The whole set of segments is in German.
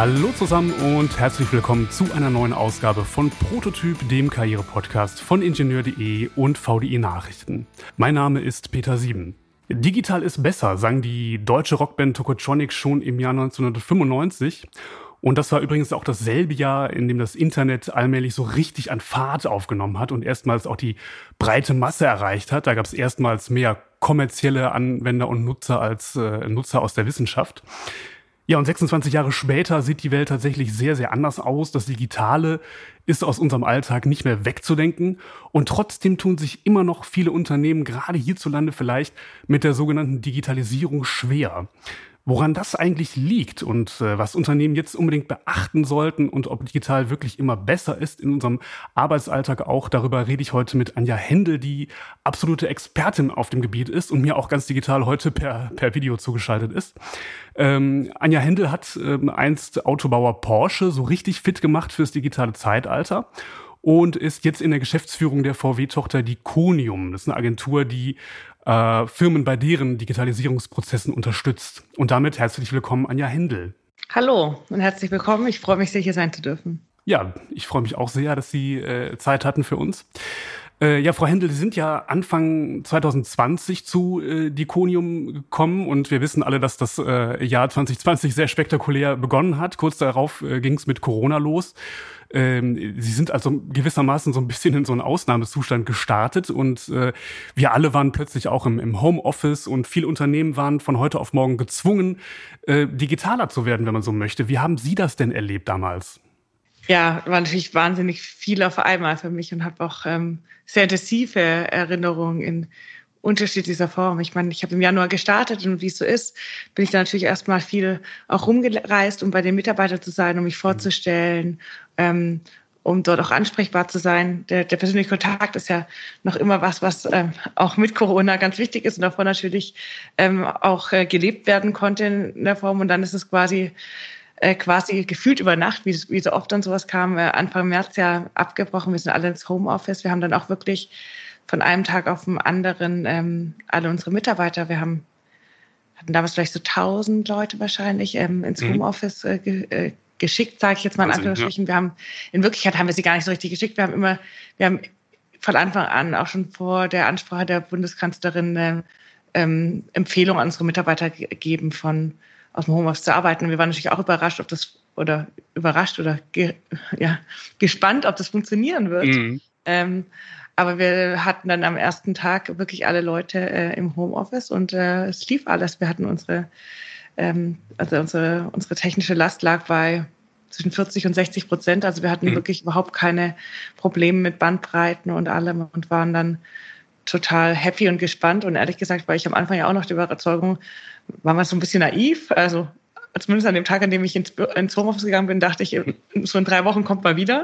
Hallo zusammen und herzlich willkommen zu einer neuen Ausgabe von Prototyp, dem Karriere-Podcast von Ingenieur.de und VDI Nachrichten. Mein Name ist Peter Sieben. Digital ist besser, sang die deutsche Rockband Tokotronic schon im Jahr 1995. Und das war übrigens auch dasselbe Jahr, in dem das Internet allmählich so richtig an Fahrt aufgenommen hat und erstmals auch die breite Masse erreicht hat. Da gab es erstmals mehr kommerzielle Anwender und Nutzer als Nutzer aus der Wissenschaft. Ja, und 26 Jahre später sieht die Welt tatsächlich sehr, sehr anders aus. Das Digitale ist aus unserem Alltag nicht mehr wegzudenken. Und trotzdem tun sich immer noch viele Unternehmen, gerade hierzulande vielleicht, mit der sogenannten Digitalisierung schwer. Woran das eigentlich liegt und was Unternehmen jetzt unbedingt beachten sollten und ob digital wirklich immer besser ist in unserem Arbeitsalltag auch, darüber rede ich heute mit Anja Hendel, die absolute Expertin auf dem Gebiet ist und mir auch ganz digital heute per Video zugeschaltet ist. Anja Hendel hat einst Autobauer Porsche so richtig fit gemacht fürs digitale Zeitalter und ist jetzt in der Geschäftsführung der VW-Tochter Diconium. Das ist eine Agentur, die Firmen bei deren Digitalisierungsprozessen unterstützt. Und damit herzlich willkommen, Anja Hendel. Hallo und herzlich willkommen. Ich freue mich sehr, hier sein zu dürfen. Ja, ich freue mich auch sehr, dass Sie Zeit hatten für uns. Ja, Frau Hendel, Sie sind ja Anfang 2020 zu Diconium gekommen und wir wissen alle, dass das Jahr 2020 sehr spektakulär begonnen hat. Kurz darauf ging es mit Corona los. Sie sind also gewissermaßen so ein bisschen in so einen Ausnahmezustand gestartet und wir alle waren plötzlich auch im Homeoffice und viele Unternehmen waren von heute auf morgen gezwungen, digitaler zu werden, wenn man so möchte. Wie haben Sie das denn erlebt damals? Ja, war natürlich wahnsinnig viel auf einmal für mich und habe auch sehr intensive Erinnerungen in unterschiedlicher Form. Ich meine, ich habe im Januar gestartet und wie es so ist, bin ich da natürlich erstmal viel auch rumgereist, um bei den Mitarbeitern zu sein, um mich vorzustellen, um dort auch ansprechbar zu sein. Der persönliche Kontakt ist ja noch immer was auch mit Corona ganz wichtig ist und davon natürlich auch gelebt werden konnte in der Form. Und dann ist es quasi gefühlt über Nacht, wie so oft dann sowas kam, Anfang März ja abgebrochen. Wir sind alle ins Homeoffice. Wir haben dann auch wirklich von einem Tag auf den anderen alle unsere Mitarbeiter, hatten damals vielleicht so 1000 Leute wahrscheinlich ins Homeoffice geschickt, sage ich jetzt mal in Anführungsstrichen. Ja. In Wirklichkeit haben wir sie gar nicht so richtig geschickt. Wir haben von Anfang an, auch schon vor der Ansprache der Bundeskanzlerin, Empfehlungen an unsere Mitarbeiter gegeben, aus dem Homeoffice zu arbeiten. Wir waren natürlich auch gespannt, ob das funktionieren wird. Aber wir hatten dann am ersten Tag wirklich alle Leute im Homeoffice und es lief alles. Wir hatten unsere technische Last lag bei zwischen 40% und 60%. Also wir hatten wirklich überhaupt keine Probleme mit Bandbreiten und allem und waren dann total happy und gespannt. Und ehrlich gesagt war ich am Anfang ja auch noch der Überzeugung, war man so ein bisschen naiv. Also zumindest an dem Tag, an dem ich ins Homeoffice gegangen bin, dachte ich, so in 3 Wochen kommt mal wieder.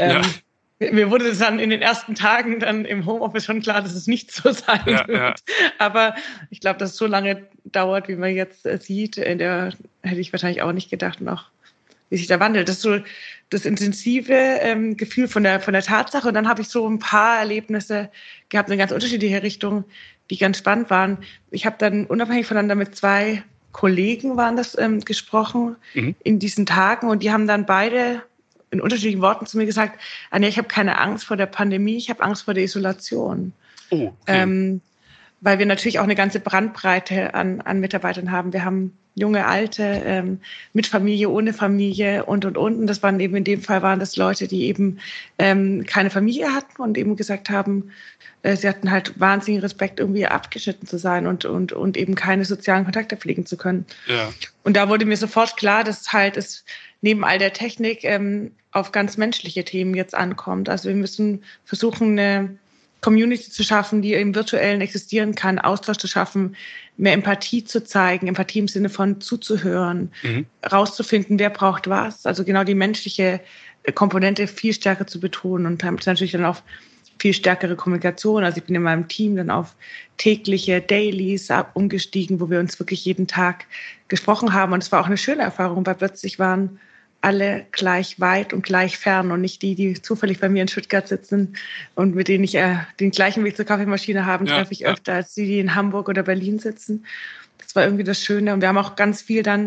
Mir wurde es dann in den ersten Tagen dann im Homeoffice schon klar, dass es nicht so sein wird. Ja. Aber ich glaube, dass es so lange dauert, wie man jetzt sieht, hätte ich wahrscheinlich auch nicht gedacht und auch, wie sich da wandelt. Das ist so das intensive Gefühl von der Tatsache. Und dann habe ich so ein paar Erlebnisse gehabt in ganz unterschiedliche Richtungen, die ganz spannend waren. Ich habe dann unabhängig voneinander mit 2 Kollegen gesprochen in diesen Tagen und die haben dann beide in unterschiedlichen Worten zu mir gesagt, Anja, ich habe keine Angst vor der Pandemie, ich habe Angst vor der Isolation. Oh, okay. Weil wir natürlich auch eine ganze Bandbreite an Mitarbeitern haben. Wir haben junge, alte, mit Familie, ohne Familie und. Und das waren eben in dem Fall das Leute, die eben keine Familie hatten und eben gesagt haben, sie hatten halt wahnsinnigen Respekt, irgendwie abgeschnitten zu sein und eben keine sozialen Kontakte pflegen zu können. Ja. Und da wurde mir sofort klar, dass halt es neben all der Technik auf ganz menschliche Themen jetzt ankommt. Also wir müssen versuchen, eine Community zu schaffen, die im Virtuellen existieren kann, Austausch zu schaffen, mehr Empathie zu zeigen, Empathie im Sinne von zuzuhören, rauszufinden, wer braucht was. Also genau die menschliche Komponente viel stärker zu betonen und damit natürlich dann auf viel stärkere Kommunikation. Also ich bin in meinem Team dann auf tägliche Dailies umgestiegen, wo wir uns wirklich jeden Tag gesprochen haben. Und es war auch eine schöne Erfahrung, weil plötzlich waren alle gleich weit und gleich fern und nicht die zufällig bei mir in Stuttgart sitzen und mit denen ich den gleichen Weg zur Kaffeemaschine haben, treffe ich öfter als die in Hamburg oder Berlin sitzen. Das war irgendwie das Schöne. Und wir haben auch ganz viel dann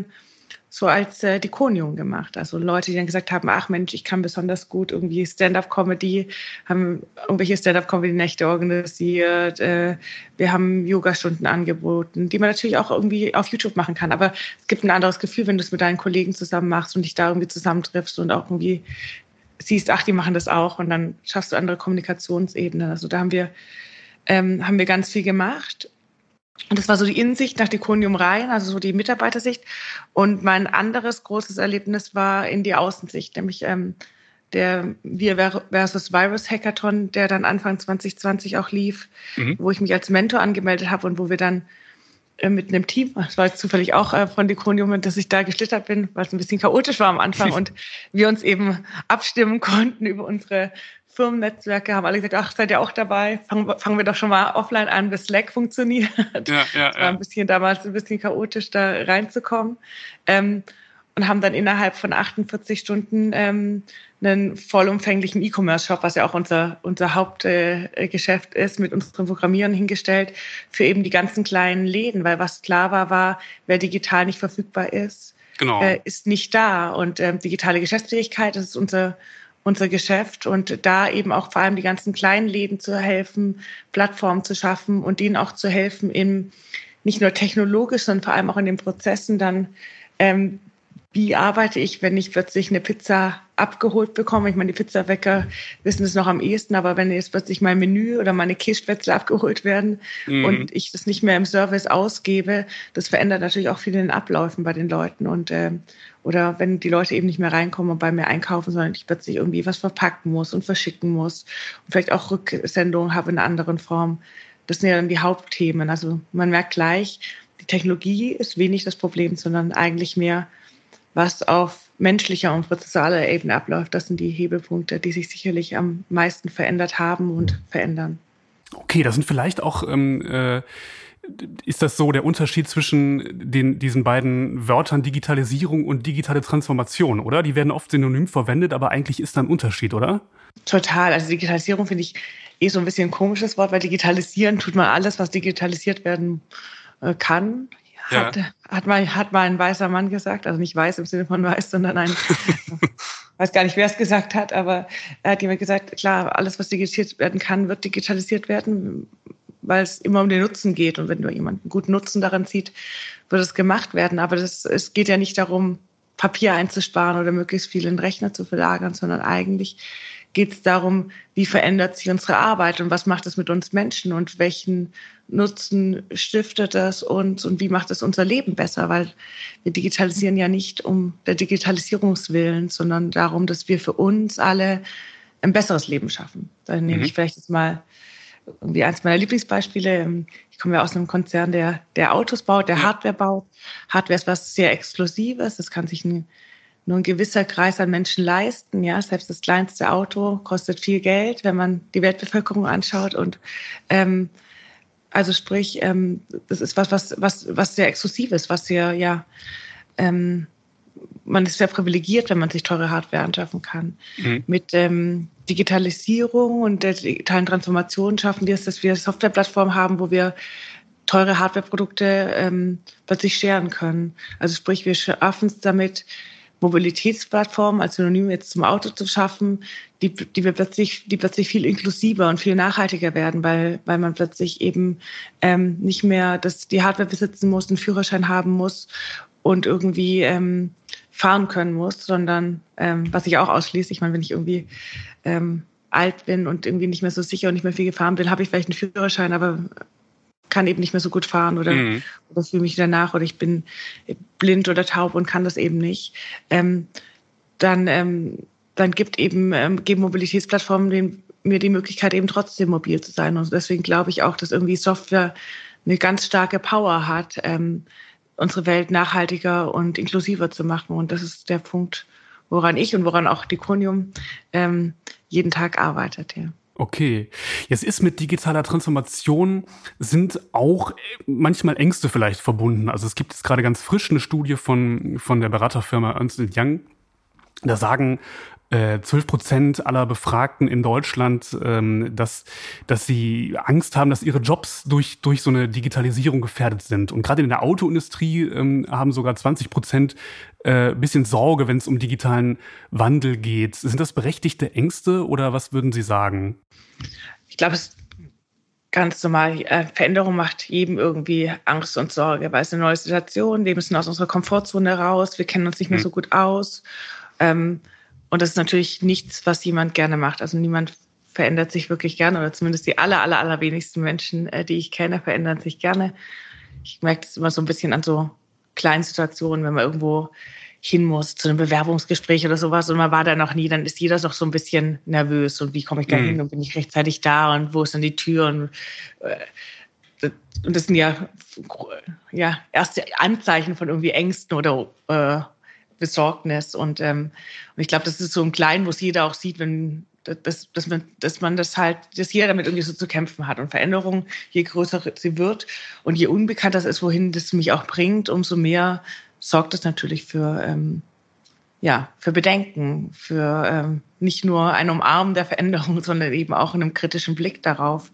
so als Diconium gemacht. Also Leute, die dann gesagt haben, ach Mensch, ich kann besonders gut irgendwie Stand-up-Comedy, haben irgendwelche Stand-up-Comedy-Nächte organisiert. Wir haben Yoga-Stunden angeboten, die man natürlich auch irgendwie auf YouTube machen kann. Aber es gibt ein anderes Gefühl, wenn du es mit deinen Kollegen zusammen machst und dich da irgendwie zusammentriffst und auch irgendwie siehst, ach, die machen das auch. Und dann schaffst du andere Kommunikationsebenen. Also da haben wir ganz viel gemacht. Und das war so die Innensicht nach Diconium rein, also so die Mitarbeitersicht. Und mein anderes großes Erlebnis war in die Außensicht, nämlich der Wir versus Virus Hackathon, der dann Anfang 2020 auch lief, wo ich mich als Mentor angemeldet habe und wo wir dann mit einem Team, das war jetzt zufällig auch von Diconium, dass ich da geschlittert bin, weil es ein bisschen chaotisch war am Anfang und wir uns eben abstimmen konnten über unsere Firmennetzwerke, haben alle gesagt, ach, seid ihr auch dabei? Fangen wir doch schon mal offline an, bis Slack funktioniert. Ja. War damals ein bisschen chaotisch, da reinzukommen. Und haben dann innerhalb von 48 Stunden einen vollumfänglichen E-Commerce-Shop, was ja auch unser Hauptgeschäft ist, mit unseren Programmierern hingestellt, für eben die ganzen kleinen Läden. Weil was klar war, wer digital nicht verfügbar ist, ist nicht da. Und digitale Geschäftsfähigkeit, das ist unser Geschäft und da eben auch vor allem die ganzen kleinen Läden zu helfen, Plattformen zu schaffen und denen auch zu helfen, nicht nur technologisch, sondern vor allem auch in den Prozessen dann, wie arbeite ich, wenn ich plötzlich eine Pizza abgeholt bekomme. Ich meine, die Pizzabäcker wissen es noch am ehesten, aber wenn jetzt plötzlich mein Menü oder meine Kässpätzle abgeholt werden und ich das nicht mehr im Service ausgebe, das verändert natürlich auch viel in den Abläufen bei den Leuten. Und oder wenn die Leute eben nicht mehr reinkommen und bei mir einkaufen, sondern ich plötzlich irgendwie was verpacken muss und verschicken muss und vielleicht auch Rücksendungen habe in einer anderen Form. Das sind ja dann die Hauptthemen. Also man merkt gleich, die Technologie ist wenig das Problem, sondern eigentlich mehr, was auf menschlicher und prozessualer Ebene abläuft. Das sind die Hebelpunkte, die sich sicherlich am meisten verändert haben und verändern. Okay, das sind vielleicht auch, ist das so der Unterschied zwischen diesen beiden Wörtern Digitalisierung und digitale Transformation, oder? Die werden oft synonym verwendet, aber eigentlich ist da ein Unterschied, oder? Total. Also Digitalisierung finde ich so ein bisschen ein komisches Wort, weil digitalisieren tut man alles, was digitalisiert werden kann. Hat mal ein weißer Mann gesagt, also nicht weiß im Sinne von weiß, sondern ein, weiß gar nicht, wer es gesagt hat, aber er hat jemand gesagt, klar, alles, was digitalisiert werden kann, wird digitalisiert werden, weil es immer um den Nutzen geht. Und wenn du jemanden einen guten Nutzen daran sieht, wird es gemacht werden. Aber es geht ja nicht darum, Papier einzusparen oder möglichst viel in den Rechner zu verlagern, sondern eigentlich geht es darum, wie verändert sich unsere Arbeit und was macht es mit uns Menschen und welchen Nutzen stiftet das uns und wie macht es unser Leben besser, weil wir digitalisieren ja nicht um der Digitalisierungswillen, sondern darum, dass wir für uns alle ein besseres Leben schaffen. Da nehme ich vielleicht jetzt mal irgendwie eins meiner Lieblingsbeispiele. Ich komme ja aus einem Konzern, der Autos baut, der Hardware baut. Hardware ist was sehr Exklusives, das kann sich nur ein gewisser Kreis an Menschen leisten. Ja, selbst das kleinste Auto kostet viel Geld, wenn man die Weltbevölkerung anschaut. Und also sprich, das ist was sehr Exklusives, was sehr, man ist sehr privilegiert, wenn man sich teure Hardware anschaffen kann. Mit Digitalisierung und der digitalen Transformation schaffen wir es, dass wir Softwareplattformen haben, wo wir teure Hardwareprodukte plötzlich scheren können. Also sprich, wir schaffen es damit, Mobilitätsplattformen als Synonym jetzt zum Auto zu schaffen, die plötzlich viel inklusiver und viel nachhaltiger werden, weil man plötzlich eben nicht mehr die Hardware besitzen muss, einen Führerschein haben muss und irgendwie fahren können muss, sondern was ich auch ausschließe, ich meine, wenn ich irgendwie alt bin und irgendwie nicht mehr so sicher und nicht mehr viel gefahren bin, habe ich vielleicht einen Führerschein, aber kann eben nicht mehr so gut fahren oder fühle mich danach oder ich bin blind oder taub und kann das eben nicht, dann geben Mobilitätsplattformen mir die Möglichkeit, eben trotzdem mobil zu sein. Und deswegen glaube ich auch, dass irgendwie Software eine ganz starke Power hat, unsere Welt nachhaltiger und inklusiver zu machen. Und das ist der Punkt, woran ich und woran auch Diconium jeden Tag arbeitet. Ja. Okay. Jetzt ist mit digitaler Transformation sind auch manchmal Ängste vielleicht verbunden. Also es gibt jetzt gerade ganz frisch eine Studie von der Beraterfirma Ernst & Young. Da sagen 12% aller Befragten in Deutschland, dass sie Angst haben, dass ihre Jobs durch so eine Digitalisierung gefährdet sind. Und gerade in der Autoindustrie haben sogar 20% bisschen Sorge, wenn es um digitalen Wandel geht. Sind das berechtigte Ängste oder was würden Sie sagen? Ich glaube, es ist ganz normal. Veränderung macht jedem irgendwie Angst und Sorge, weil es eine neue Situation, wir müssen aus unserer Komfortzone raus, wir kennen uns nicht mehr so gut aus. Und das ist natürlich nichts, was jemand gerne macht. Also niemand verändert sich wirklich gerne, oder zumindest die allerwenigsten Menschen, die ich kenne, verändern sich gerne. Ich merke das immer so ein bisschen an so kleinen Situationen, wenn man irgendwo hin muss zu einem Bewerbungsgespräch oder sowas und man war da noch nie, dann ist jeder doch so ein bisschen nervös und wie komme ich da hin und bin ich rechtzeitig da und wo ist dann die Tür und das sind ja erste Anzeichen von irgendwie Ängsten oder Besorgnis und ich glaube, das ist so im Kleinen, wo es jeder auch sieht, wenn dass jeder damit irgendwie so zu kämpfen hat. Und Veränderung, je größer sie wird und je unbekannter es ist, wohin das mich auch bringt, umso mehr sorgt es natürlich für Bedenken, für nicht nur ein Umarmen der Veränderung, sondern eben auch einen kritischen Blick darauf.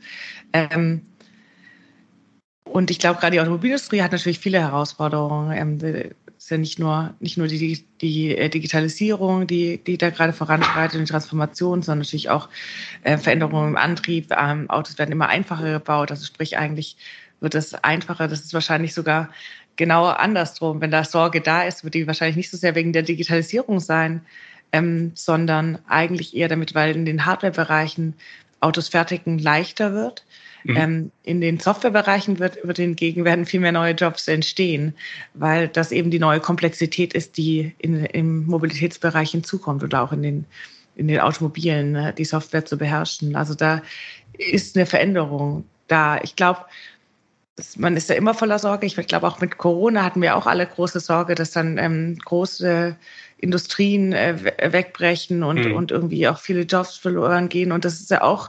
Und ich glaube, gerade die Automobilindustrie hat natürlich viele Herausforderungen. Es ist ja nicht nur die Digitalisierung, die da gerade voranschreitet und die Transformation, sondern natürlich auch Veränderungen im Antrieb. Autos werden immer einfacher gebaut, also sprich eigentlich wird es einfacher. Das ist wahrscheinlich sogar genau andersrum. Wenn da Sorge da ist, wird die wahrscheinlich nicht so sehr wegen der Digitalisierung sein, sondern eigentlich eher damit, weil in den Hardwarebereichen Autos fertigen leichter wird. In den Softwarebereichen werden viel mehr neue Jobs entstehen, weil das eben die neue Komplexität ist, die im Mobilitätsbereich hinzukommt oder auch in den Automobilen, ne, die Software zu beherrschen. Also da ist eine Veränderung da. Ich glaube, man ist ja immer voller Sorge. Ich glaube, auch mit Corona hatten wir auch alle große Sorge, dass dann große Industrien wegbrechen und irgendwie auch viele Jobs verloren gehen. Und das ist ja auch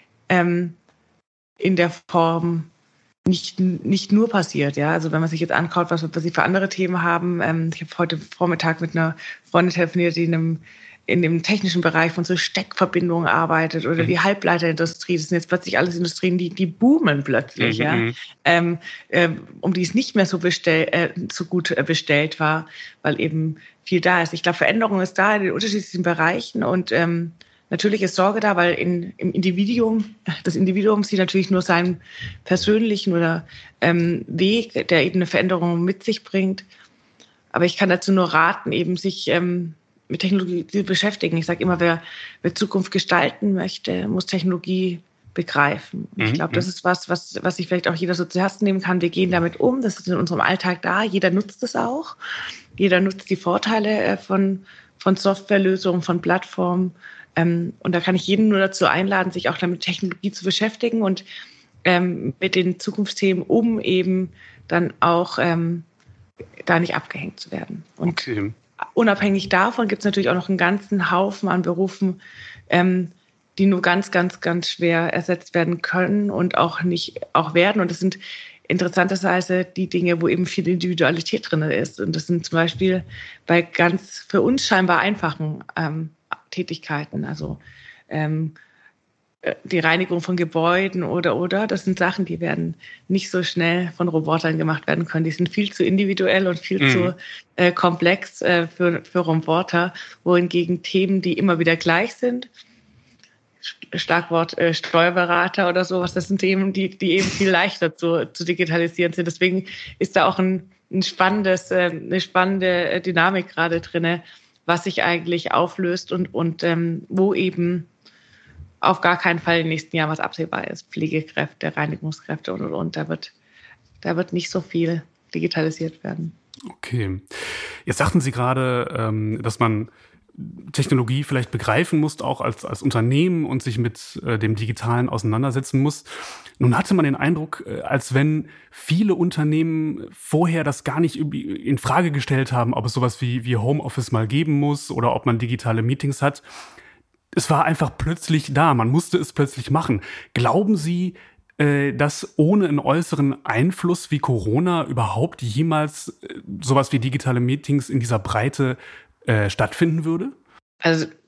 in der Form nicht nur passiert. Ja? Also wenn man sich jetzt anschaut, was sie für andere Themen haben. Ich habe heute Vormittag mit einer Freundin telefoniert, die in dem technischen Bereich von so Steckverbindungen arbeitet oder die Halbleiterindustrie. Das sind jetzt plötzlich alles Industrien, die boomen plötzlich, um die es nicht mehr so gut bestellt war, weil eben viel da ist. Ich glaube, Veränderung ist da in den unterschiedlichen Bereichen und natürlich ist Sorge da, weil das Individuum sieht natürlich nur seinen persönlichen oder Weg, der eben eine Veränderung mit sich bringt. Aber ich kann dazu nur raten, eben sich mit Technologie zu beschäftigen. Ich sage immer, wer Zukunft gestalten möchte, muss Technologie begreifen. Und ich glaube, das ist was sich vielleicht auch jeder so zu Herzen nehmen kann. Wir gehen damit um, das ist in unserem Alltag da. Jeder nutzt es auch. Jeder nutzt die Vorteile von Softwarelösungen, von Plattformen. Und da kann ich jeden nur dazu einladen, sich auch damit Technologie zu beschäftigen und mit den Zukunftsthemen, um eben dann auch da nicht abgehängt zu werden. Und unabhängig davon gibt es natürlich auch noch einen ganzen Haufen an Berufen, die nur ganz, ganz, ganz schwer ersetzt werden können und auch werden. Und das sind interessanterweise die Dinge, wo eben viel Individualität drin ist. Und das sind zum Beispiel bei ganz für uns scheinbar einfachen Tätigkeiten, also die Reinigung von Gebäuden oder. Das sind Sachen, die werden nicht so schnell von Robotern gemacht werden können. Die sind viel zu individuell und viel zu komplex für Roboter, wohingegen Themen, die immer wieder gleich sind, Schlagwort Steuerberater oder sowas, das sind Themen, die eben viel leichter zu digitalisieren sind. Deswegen ist da auch eine spannende Dynamik gerade drin, was sich eigentlich auflöst und wo eben auf gar keinen Fall im nächsten Jahr was absehbar ist. Pflegekräfte, Reinigungskräfte und. Da wird nicht so viel digitalisiert werden. Okay. Jetzt sagten Sie gerade, dass man Technologie vielleicht begreifen muss, auch als Unternehmen und sich mit dem Digitalen auseinandersetzen muss. Nun hatte man den Eindruck, als wenn viele Unternehmen vorher das gar nicht in Frage gestellt haben, ob es sowas wie Homeoffice mal geben muss oder ob man digitale Meetings hat. Es war einfach plötzlich da, man musste es plötzlich machen. Glauben Sie, dass ohne einen äußeren Einfluss wie Corona überhaupt jemals sowas wie digitale Meetings in dieser Breite stattfinden würde? Also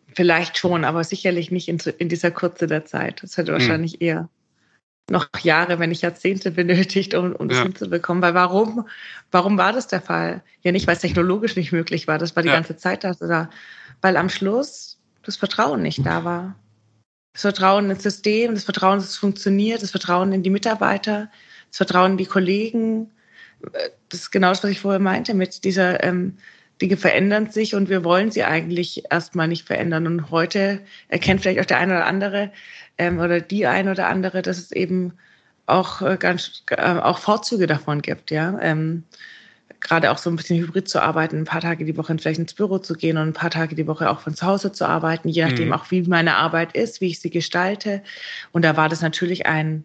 Vielleicht schon, aber sicherlich nicht in dieser Kürze der Zeit. Das hätte wahrscheinlich eher noch Jahre, wenn nicht Jahrzehnte benötigt, um das hinzubekommen. Weil warum war das der Fall? Ja, nicht, weil es technologisch nicht möglich war, das war die ganze Zeit da. Weil am Schluss das Vertrauen nicht da war. Das Vertrauen ins System, das Vertrauen, dass es funktioniert, das Vertrauen in die Mitarbeiter, das Vertrauen in die Kollegen. Das ist genau das, was ich vorher meinte, mit dieser Dinge verändern sich und wir wollen sie eigentlich erstmal nicht verändern. Und heute erkennt vielleicht auch der eine oder andere oder die eine oder andere, dass es eben auch auch Vorzüge davon gibt, ja. Gerade auch so ein bisschen hybrid zu arbeiten, ein paar Tage die Woche vielleicht ins Büro zu gehen und ein paar Tage die Woche auch von zu Hause zu arbeiten, je nachdem auch, wie meine Arbeit ist, wie ich sie gestalte. Und da war das natürlich ein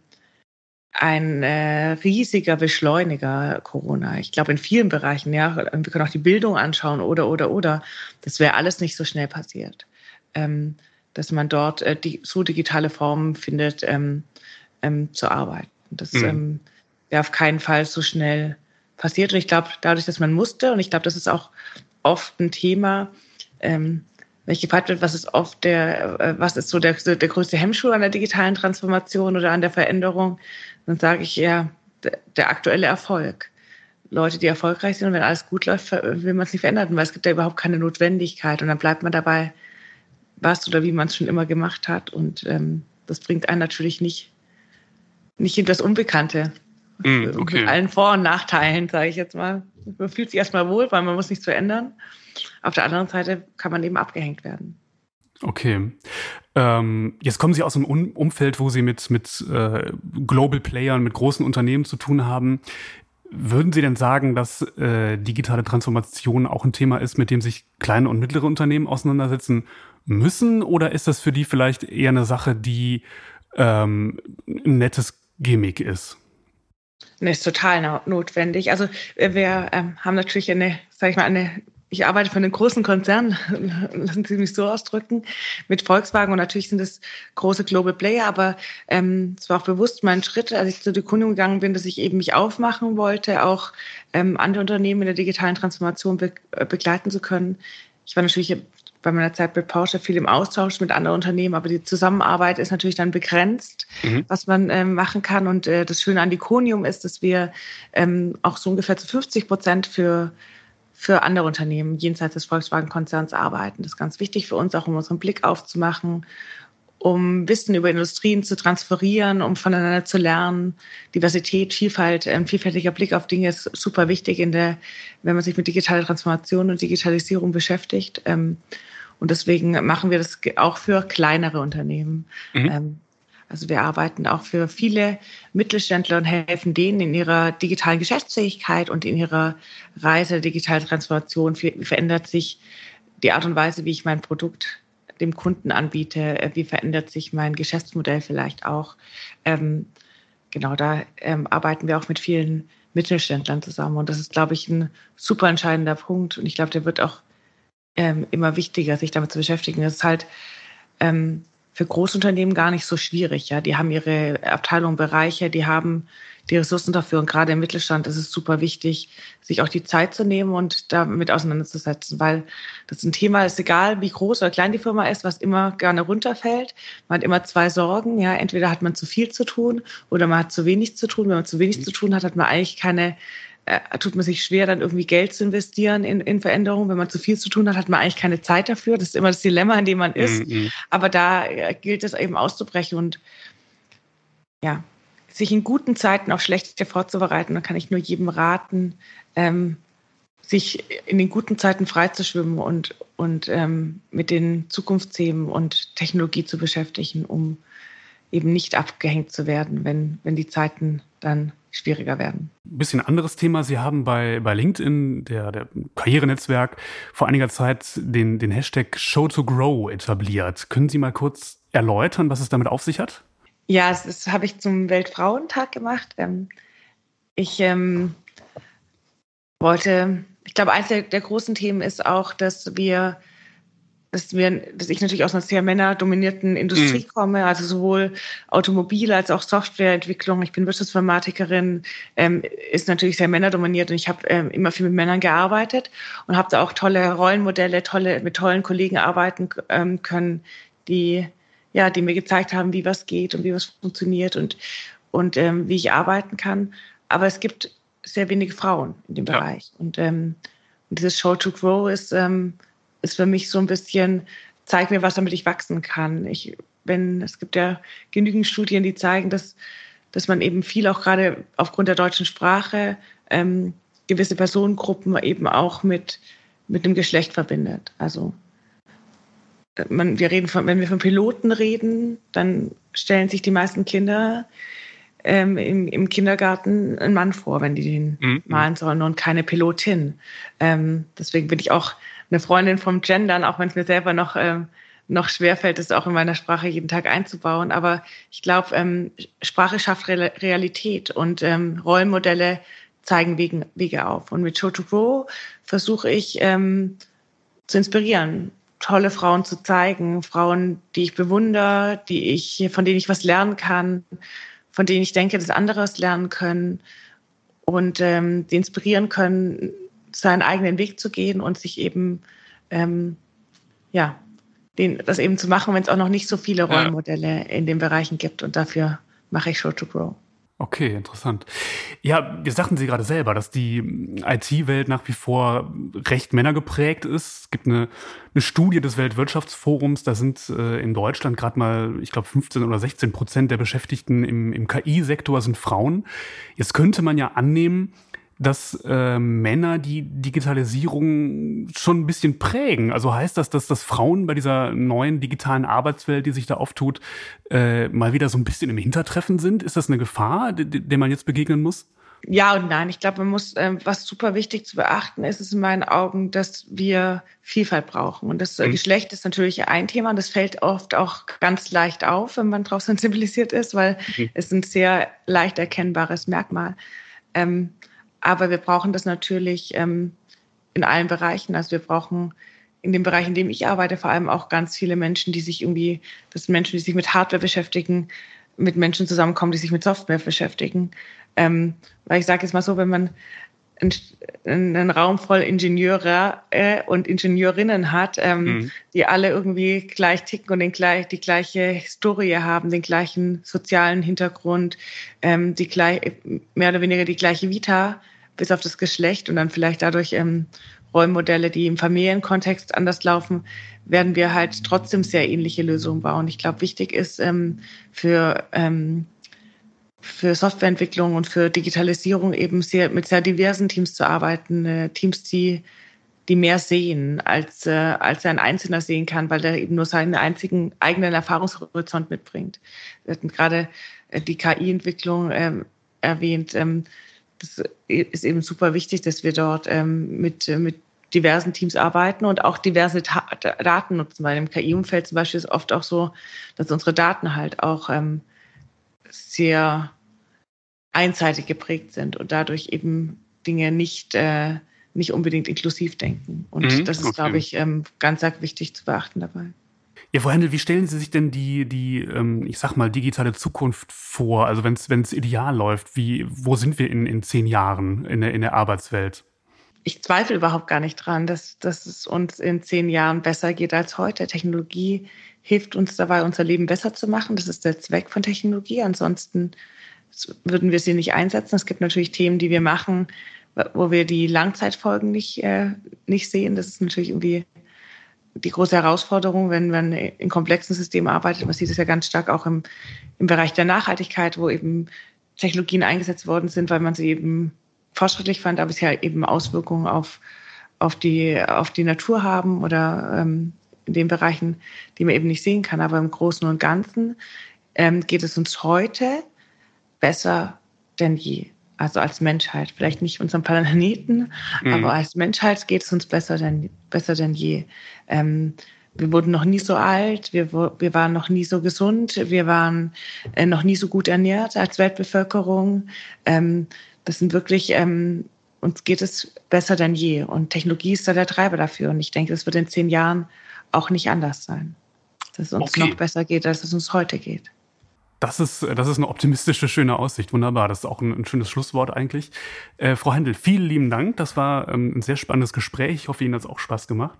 riesiger Beschleuniger, Corona. Ich glaube, in vielen Bereichen, ja. Wir können auch die Bildung anschauen oder. Das wäre alles nicht so schnell passiert. Dass man dort so digitale Formen findet, zu arbeiten. Das wäre auf keinen Fall so schnell passiert. Und ich glaube, dadurch, dass man musste, und ich glaube, das ist auch oft ein Thema, wenn ich gefragt wird, was ist so der größte Hemmschuh an der digitalen Transformation oder an der Veränderung, dann sage ich ja, der aktuelle Erfolg. Leute, die erfolgreich sind und wenn alles gut läuft, will man es nicht verändern, weil es gibt ja überhaupt keine Notwendigkeit und dann bleibt man dabei, was oder wie man es schon immer gemacht hat und das bringt einen natürlich nicht in das Unbekannte. Mit allen Vor- und Nachteilen, sage ich jetzt mal. Man fühlt sich erstmal wohl, weil man muss nichts verändern. Auf der anderen Seite kann man eben abgehängt werden. Okay. Jetzt kommen Sie aus einem Umfeld, wo Sie mit Global Playern, mit großen Unternehmen zu tun haben. Würden Sie denn sagen, dass digitale Transformation auch ein Thema ist, mit dem sich kleine und mittlere Unternehmen auseinandersetzen müssen? Oder ist das für die vielleicht eher eine Sache, die ein nettes Gimmick ist? Nee, ist total notwendig. Also wir haben natürlich ich arbeite für einen großen Konzern, lassen Sie mich so ausdrücken, mit Volkswagen und natürlich sind es große Global Player, aber es war auch bewusst mein Schritt, als ich zu der Kundung gegangen bin, dass ich eben mich aufmachen wollte, auch andere Unternehmen in der digitalen Transformation begleiten zu können. Ich war natürlich bei meiner Zeit bei Porsche viel im Austausch mit anderen Unternehmen, aber die Zusammenarbeit ist natürlich dann begrenzt, was man machen kann. Und das Schöne an Diconium ist, dass wir auch so ungefähr zu 50% für andere Unternehmen jenseits des Volkswagen-Konzerns arbeiten. Das ist ganz wichtig für uns, auch um unseren Blick aufzumachen, um Wissen über Industrien zu transferieren, um voneinander zu lernen. Diversität, Vielfalt, ein vielfältiger Blick auf Dinge ist super wichtig, wenn man sich mit digitaler Transformation und Digitalisierung beschäftigt. Und deswegen machen wir das auch für kleinere Unternehmen. Also wir arbeiten auch für viele Mittelständler und helfen denen in ihrer digitalen Geschäftsfähigkeit und in ihrer Reise der digitalen Transformation. Wie verändert sich die Art und Weise, wie ich mein Produkt dem Kunden anbiete? Wie verändert sich mein Geschäftsmodell vielleicht auch? Genau, da arbeiten wir auch mit vielen Mittelständlern zusammen. Und das ist, glaube ich, ein super entscheidender Punkt. Und ich glaube, der wird auch immer wichtiger, sich damit zu beschäftigen. Das ist halt für Großunternehmen gar nicht so schwierig. Ja, die haben ihre Abteilungen, Bereiche, die haben die Ressourcen dafür. Und gerade im Mittelstand ist es super wichtig, sich auch die Zeit zu nehmen und damit auseinanderzusetzen, weil das ein Thema ist, egal wie groß oder klein die Firma ist, was immer gerne runterfällt. Man hat immer zwei Sorgen. Ja, entweder hat man zu viel zu tun oder man hat zu wenig zu tun. Wenn man zu wenig zu tun hat, hat man eigentlich tut man sich schwer, dann irgendwie Geld zu investieren in Veränderungen. Wenn man zu viel zu tun hat, hat man eigentlich keine Zeit dafür. Das ist immer das Dilemma, in dem man ist. Aber da gilt es eben auszubrechen und ja, sich in guten Zeiten auf schlechte vorzubereiten. Da kann ich nur jedem raten, sich in den guten Zeiten freizuschwimmen und mit den Zukunftsthemen und Technologie zu beschäftigen, um eben nicht abgehängt zu werden, wenn die Zeiten dann schwieriger werden. Ein bisschen anderes Thema. Sie haben bei LinkedIn, der Karrierenetzwerk, vor einiger Zeit den Hashtag Show to Grow etabliert. Können Sie mal kurz erläutern, was es damit auf sich hat? Ja, das habe ich zum Weltfrauentag gemacht. Ich glaube, eines der großen Themen ist auch, dass wir dass ich natürlich aus einer sehr männerdominierten Industrie komme, also sowohl Automobil als auch Softwareentwicklung. Ich bin Wirtschaftsinformatikerin, ist natürlich sehr männerdominiert und ich habe immer viel mit Männern gearbeitet und habe da auch tolle Rollenmodelle, mit tollen Kollegen arbeiten können, die mir gezeigt haben, wie was geht und wie was funktioniert und wie ich arbeiten kann. Aber es gibt sehr wenige Frauen in dem Bereich. Und dieses Show to Grow ist für mich so ein bisschen, zeig mir was, damit ich wachsen kann. Es gibt ja genügend Studien, die zeigen, dass man eben viel auch gerade aufgrund der deutschen Sprache gewisse Personengruppen eben auch mit dem Geschlecht verbindet. Also wenn wir von Piloten reden, dann stellen sich die meisten Kinder im Kindergarten einen Mann vor, wenn die den malen sollen und keine Pilotin. Deswegen bin ich auch eine Freundin vom Gendern, auch wenn es mir selber noch schwerfällt, es auch in meiner Sprache jeden Tag einzubauen. Aber ich glaube, Sprache schafft Realität und Rollenmodelle zeigen Wege auf. Und mit Show to Grow versuche ich zu inspirieren, tolle Frauen zu zeigen, Frauen, die ich bewundere, von denen ich was lernen kann, von denen ich denke, dass andere was lernen können und die inspirieren können, seinen eigenen Weg zu gehen und sich eben, das eben zu machen, wenn es auch noch nicht so viele Rollenmodelle in den Bereichen gibt. Und dafür mache ich Show to Grow. Okay, interessant. Ja, wir sagten Sie gerade selber, dass die IT-Welt nach wie vor recht männergeprägt ist. Es gibt eine Studie des Weltwirtschaftsforums, da sind in Deutschland gerade mal, ich glaube, 15 oder 16% der Beschäftigten im KI-Sektor sind Frauen. Jetzt könnte man ja annehmen, dass Männer die Digitalisierung schon ein bisschen prägen. Also heißt das, dass Frauen bei dieser neuen digitalen Arbeitswelt, die sich da auftut, mal wieder so ein bisschen im Hintertreffen sind? Ist das eine Gefahr, der man jetzt begegnen muss? Ja und nein. Ich glaube, man muss, was super wichtig zu beachten ist, ist in meinen Augen, dass wir Vielfalt brauchen. Und das Geschlecht ist natürlich ein Thema und das fällt oft auch ganz leicht auf, wenn man darauf sensibilisiert ist, weil es ein sehr leicht erkennbares Merkmal. Aber wir brauchen das natürlich in allen Bereichen. Also wir brauchen in dem Bereich, in dem ich arbeite, vor allem auch ganz viele Menschen, die sich mit Hardware beschäftigen, mit Menschen zusammenkommen, die sich mit Software beschäftigen. Weil ich sage jetzt mal so, wenn man einen Raum voll Ingenieure und Ingenieurinnen hat, die alle irgendwie gleich ticken und die gleiche Historie haben, den gleichen sozialen Hintergrund, mehr oder weniger die gleiche Vita, bis auf das Geschlecht und dann vielleicht dadurch Rollenmodelle, die im Familienkontext anders laufen, werden wir halt trotzdem sehr ähnliche Lösungen bauen. Ich glaube, wichtig ist für Softwareentwicklung und für Digitalisierung eben mit sehr diversen Teams zu arbeiten, Teams, die mehr sehen, als ein Einzelner sehen kann, weil der eben nur seinen einzigen eigenen Erfahrungshorizont mitbringt. Wir hatten gerade die KI-Entwicklung erwähnt. Das ist eben super wichtig, dass wir dort mit diversen Teams arbeiten und auch diverse Daten nutzen. Weil im KI-Umfeld zum Beispiel ist es oft auch so, dass unsere Daten halt auch sehr einseitig geprägt sind und dadurch eben Dinge nicht unbedingt inklusiv denken. Und das ist, glaube ich, ganz arg wichtig zu beachten dabei. Ja, Frau Händel, wie stellen Sie sich denn die ich sag mal, digitale Zukunft vor? Also wenn's ideal läuft, wo sind wir in 10 Jahren in der Arbeitswelt? Ich zweifle überhaupt gar nicht dran, dass es uns in 10 Jahren besser geht als heute. Technologie hilft uns dabei, unser Leben besser zu machen. Das ist der Zweck von Technologie. Ansonsten würden wir sie nicht einsetzen. Es gibt natürlich Themen, die wir machen, wo wir die Langzeitfolgen nicht sehen. Das ist natürlich irgendwie die große Herausforderung, wenn man in komplexen Systemen arbeitet. Man sieht es ja ganz stark auch im Bereich der Nachhaltigkeit, wo eben Technologien eingesetzt worden sind, weil man sie eben fortschrittlich fand, aber es ja eben Auswirkungen auf die Natur haben oder in den Bereichen, die man eben nicht sehen kann. Aber im Großen und Ganzen geht es uns heute besser denn je. Also als Menschheit. Vielleicht nicht unserem Planeten, aber als Menschheit geht es uns besser denn je. Wir wurden noch nie so alt, wir waren noch nie so gesund, wir waren noch nie so gut ernährt als Weltbevölkerung. Das sind wirklich, uns geht es besser denn je. Und Technologie ist da der Treiber dafür. Und ich denke, es wird in 10 Jahren auch nicht anders sein. Dass es uns noch besser geht, als es uns heute geht. Das ist eine optimistische, schöne Aussicht. Wunderbar. Das ist auch ein schönes Schlusswort eigentlich. Frau Händel, vielen lieben Dank. Das war ein sehr spannendes Gespräch. Ich hoffe, Ihnen hat es auch Spaß gemacht.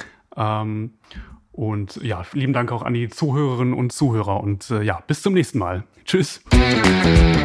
Und ja, lieben Dank auch an die Zuhörerinnen und Zuhörer. Und ja, bis zum nächsten Mal. Tschüss.